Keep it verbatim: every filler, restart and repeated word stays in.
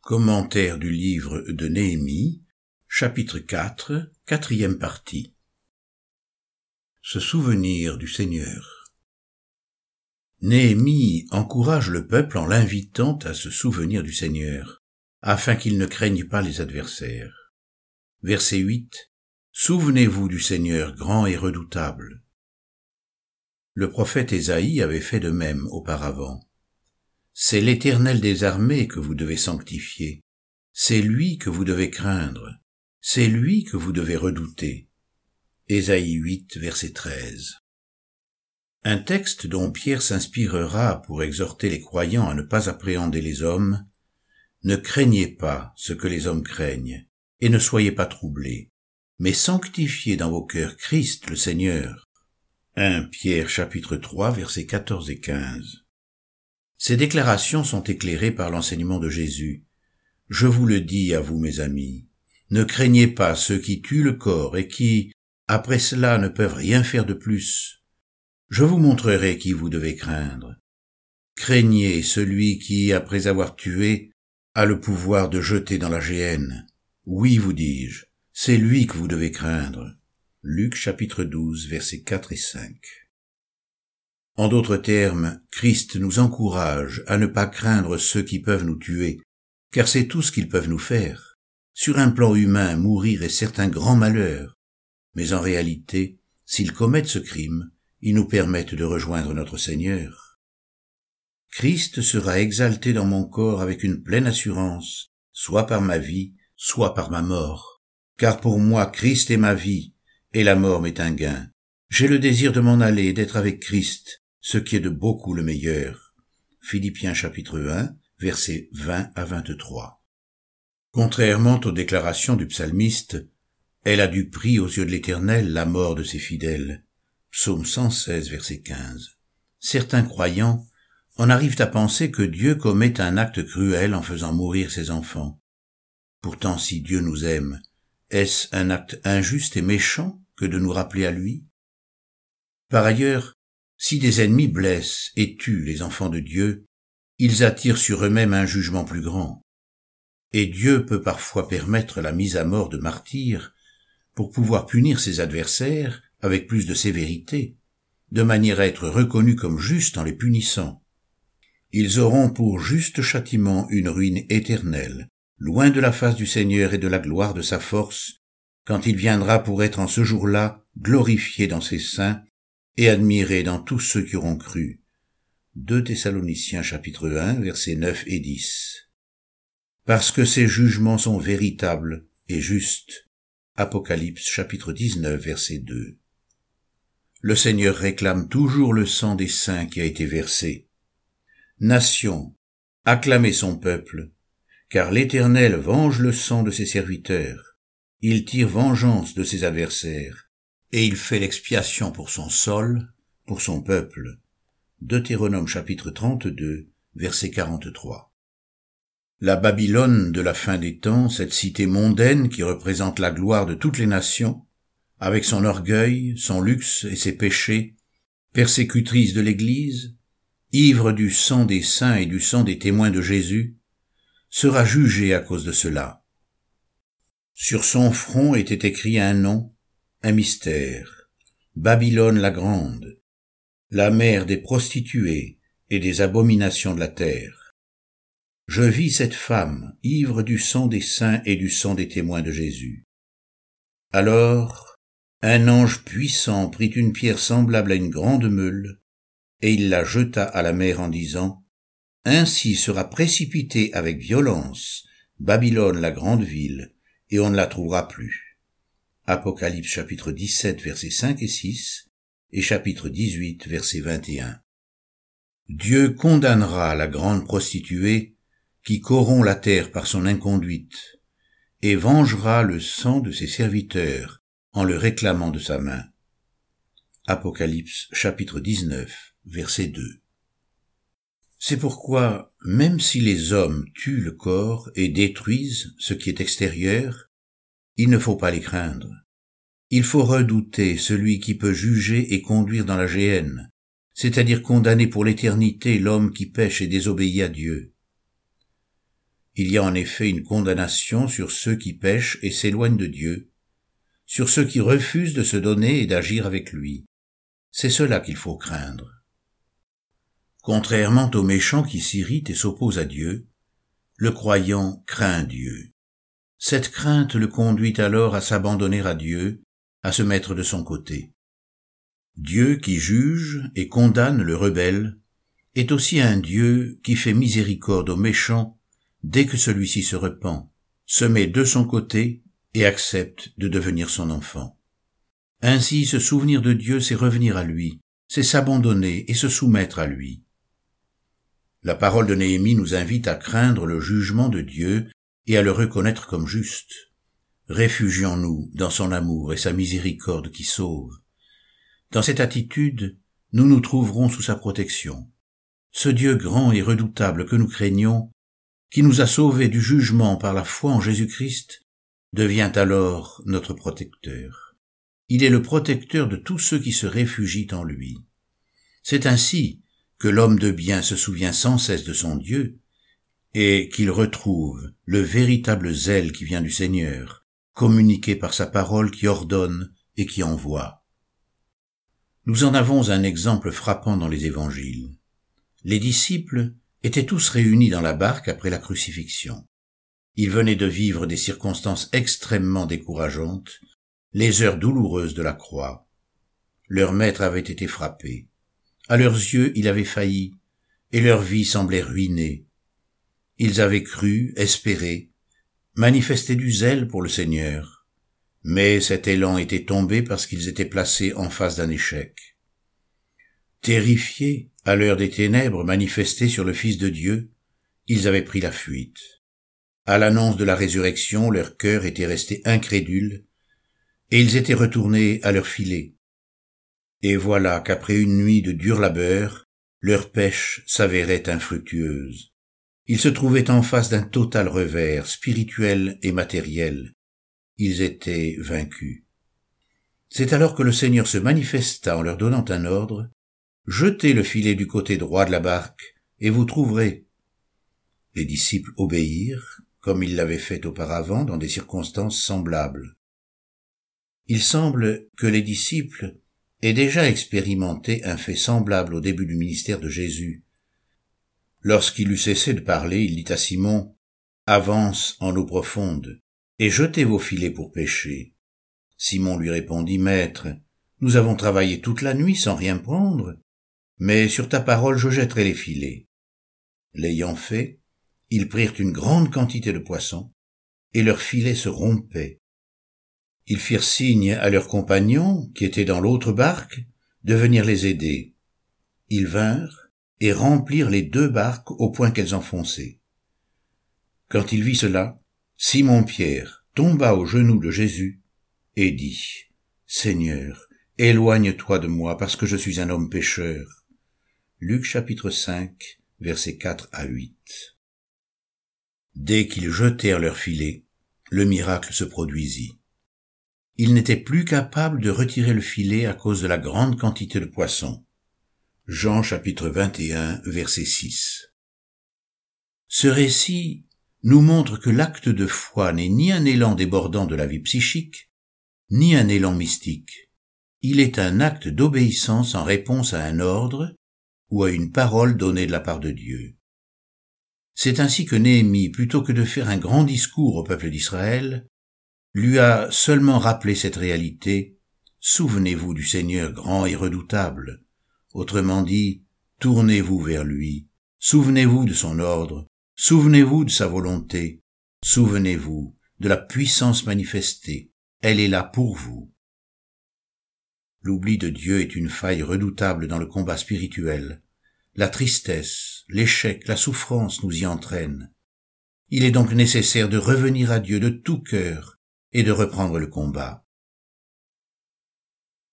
Commentaire du livre de Néhémie, chapitre quatre, quatrième partie. Se souvenir du Seigneur. Néhémie encourage le peuple en l'invitant à se souvenir du Seigneur, afin qu'il ne craigne pas les adversaires. Verset huit. Souvenez-vous du Seigneur grand et redoutable. Le prophète Ésaïe avait fait de même auparavant. C'est l'Éternel des armées que vous devez sanctifier. C'est lui que vous devez craindre. C'est lui que vous devez redouter. Ésaïe huit, verset treize. Un texte dont Pierre s'inspirera pour exhorter les croyants à ne pas appréhender les hommes. Ne craignez pas ce que les hommes craignent, et ne soyez pas troublés, mais sanctifiez dans vos cœurs Christ le Seigneur. un Pierre chapitre trois, versets quatorze et quinze. Ces déclarations sont éclairées par l'enseignement de Jésus. Je vous le dis à vous, mes amis, ne craignez pas ceux qui tuent le corps et qui, après cela, ne peuvent rien faire de plus. Je vous montrerai qui vous devez craindre. Craignez celui qui, après avoir tué, a le pouvoir de jeter dans la géhenne. Oui, vous dis-je, c'est lui que vous devez craindre. Luc chapitre douze, versets quatre et cinq. En d'autres termes, Christ nous encourage à ne pas craindre ceux qui peuvent nous tuer, car c'est tout ce qu'ils peuvent nous faire. Sur un plan humain, mourir est certes un grand malheur, mais en réalité, s'ils commettent ce crime, ils nous permettent de rejoindre notre Seigneur. Christ sera exalté dans mon corps avec une pleine assurance, soit par ma vie, soit par ma mort. Car pour moi, Christ est ma vie, et la mort m'est un gain. J'ai le désir de m'en aller et d'être avec Christ, ce qui est de beaucoup le meilleur. Philippiens chapitre un, versets vingt à vingt-trois. Contrairement aux déclarations du psalmiste, elle a du prix aux yeux de l'Éternel la mort de ses fidèles. Psaume cent seize, verset quinze. Certains croyants en arrivent à penser que Dieu commet un acte cruel en faisant mourir ses enfants. Pourtant, si Dieu nous aime, est-ce un acte injuste et méchant que de nous rappeler à lui? Par ailleurs, si des ennemis blessent et tuent les enfants de Dieu, ils attirent sur eux-mêmes un jugement plus grand. Et Dieu peut parfois permettre la mise à mort de martyrs pour pouvoir punir ses adversaires avec plus de sévérité, de manière à être reconnus comme justes en les punissant. Ils auront pour juste châtiment une ruine éternelle, loin de la face du Seigneur et de la gloire de sa force, quand il viendra pour être en ce jour-là glorifié dans ses saints et admiré dans tous ceux qui auront cru. deux Thessaloniciens chapitre un, versets neuf et dix. Parce que ces jugements sont véritables et justes. Apocalypse chapitre dix-neuf, verset deux. Le Seigneur réclame toujours le sang des saints qui a été versé. Nation, acclamez son peuple, car l'Éternel venge le sang de ses serviteurs. Il tire vengeance de ses adversaires, et il fait l'expiation pour son sol, pour son peuple. Deutéronome chapitre trente-deux, verset quarante-trois. La Babylone de la fin des temps, cette cité mondaine qui représente la gloire de toutes les nations, avec son orgueil, son luxe et ses péchés, persécutrice de l'Église, ivre du sang des saints et du sang des témoins de Jésus, sera jugée à cause de cela. Sur son front était écrit un nom, un mystère, Babylone la grande, la mère des prostituées et des abominations de la terre. Je vis cette femme, ivre du sang des saints et du sang des témoins de Jésus. Alors, un ange puissant prit une pierre semblable à une grande meule, et il la jeta à la mer en disant, « Ainsi sera précipitée avec violence Babylone la grande ville, et on ne la trouvera plus. » Apocalypse chapitre dix-sept, versets cinq et six, et chapitre dix-huit, verset vingt et un. Dieu condamnera la grande prostituée qui corrompt la terre par son inconduite, et vengera le sang de ses serviteurs en le réclamant de sa main. Apocalypse chapitre dix-neuf, verset deux. C'est pourquoi, même si les hommes tuent le corps et détruisent ce qui est extérieur, il ne faut pas les craindre. Il faut redouter celui qui peut juger et conduire dans la géhenne, c'est-à-dire condamner pour l'éternité l'homme qui pêche et désobéit à Dieu. Il y a en effet une condamnation sur ceux qui pêchent et s'éloignent de Dieu, sur ceux qui refusent de se donner et d'agir avec lui. C'est cela qu'il faut craindre. Contrairement aux méchants qui s'irritent et s'opposent à Dieu, le croyant craint Dieu. Cette crainte le conduit alors à s'abandonner à Dieu, à se mettre de son côté. Dieu qui juge et condamne le rebelle est aussi un Dieu qui fait miséricorde aux méchants dès que celui-ci se repent, se met de son côté et accepte de devenir son enfant. Ainsi, se souvenir de Dieu, c'est revenir à lui, c'est s'abandonner et se soumettre à lui. La parole de Néhémie nous invite à craindre le jugement de Dieu et à le reconnaître comme juste. Réfugions-nous dans son amour et sa miséricorde qui sauve. Dans cette attitude, nous nous trouverons sous sa protection. Ce Dieu grand et redoutable que nous craignons, qui nous a sauvés du jugement par la foi en Jésus-Christ, devient alors notre protecteur. Il est le protecteur de tous ceux qui se réfugient en lui. C'est ainsi que l'homme de bien se souvient sans cesse de son Dieu et qu'il retrouve le véritable zèle qui vient du Seigneur, communiqué par sa parole qui ordonne et qui envoie. Nous en avons un exemple frappant dans les évangiles. Les disciples étaient tous réunis dans la barque après la crucifixion. Ils venaient de vivre des circonstances extrêmement décourageantes, les heures douloureuses de la croix. Leur maître avait été frappé. À leurs yeux, il avait failli, et leur vie semblait ruinée. Ils avaient cru, espéré, manifesté du zèle pour le Seigneur, mais cet élan était tombé parce qu'ils étaient placés en face d'un échec. Terrifiés, à l'heure des ténèbres manifestées sur le Fils de Dieu, ils avaient pris la fuite. À l'annonce de la résurrection, leur cœur était resté incrédule, et ils étaient retournés à leur filet. Et voilà qu'après une nuit de dur labeur, leur pêche s'avérait infructueuse. Ils se trouvaient en face d'un total revers, spirituel et matériel. Ils étaient vaincus. C'est alors que le Seigneur se manifesta en leur donnant un ordre: « Jetez le filet du côté droit de la barque, et vous trouverez. » Les disciples obéirent, comme ils l'avaient fait auparavant dans des circonstances semblables. Il semble que les disciples aient déjà expérimenté un fait semblable au début du ministère de Jésus. Lorsqu'il eut cessé de parler, il dit à Simon: « Avance en eau profonde, et jetez vos filets pour pêcher. » Simon lui répondit: « Maître, nous avons travaillé toute la nuit sans rien prendre, mais sur ta parole je jetterai les filets. » L'ayant fait, ils prirent une grande quantité de poissons, et leurs filets se rompaient. Ils firent signe à leurs compagnons, qui étaient dans l'autre barque, de venir les aider. Ils vinrent et remplirent les deux barques au point qu'elles enfonçaient. Quand il vit cela, Simon-Pierre tomba aux genoux de Jésus et dit: « Seigneur, éloigne-toi de moi, parce que je suis un homme pécheur. » Luc chapitre cinq, versets quatre à huit. Dès qu'ils jetèrent leurs filets, le miracle se produisit. Ils n'étaient plus capables de retirer le filet à cause de la grande quantité de poissons. Jean chapitre vingt et un, verset six. Ce récit nous montre que l'acte de foi n'est ni un élan débordant de la vie psychique, ni un élan mystique. Il est un acte d'obéissance en réponse à un ordre ou à une parole donnée de la part de Dieu. C'est ainsi que Néhémie, plutôt que de faire un grand discours au peuple d'Israël, lui a seulement rappelé cette réalité: « Souvenez-vous du Seigneur grand et redoutable. » Autrement dit, tournez-vous vers lui, souvenez-vous de son ordre, souvenez-vous de sa volonté, souvenez-vous de la puissance manifestée, elle est là pour vous. L'oubli de Dieu est une faille redoutable dans le combat spirituel. La tristesse, l'échec, la souffrance nous y entraînent. Il est donc nécessaire de revenir à Dieu de tout cœur et de reprendre le combat.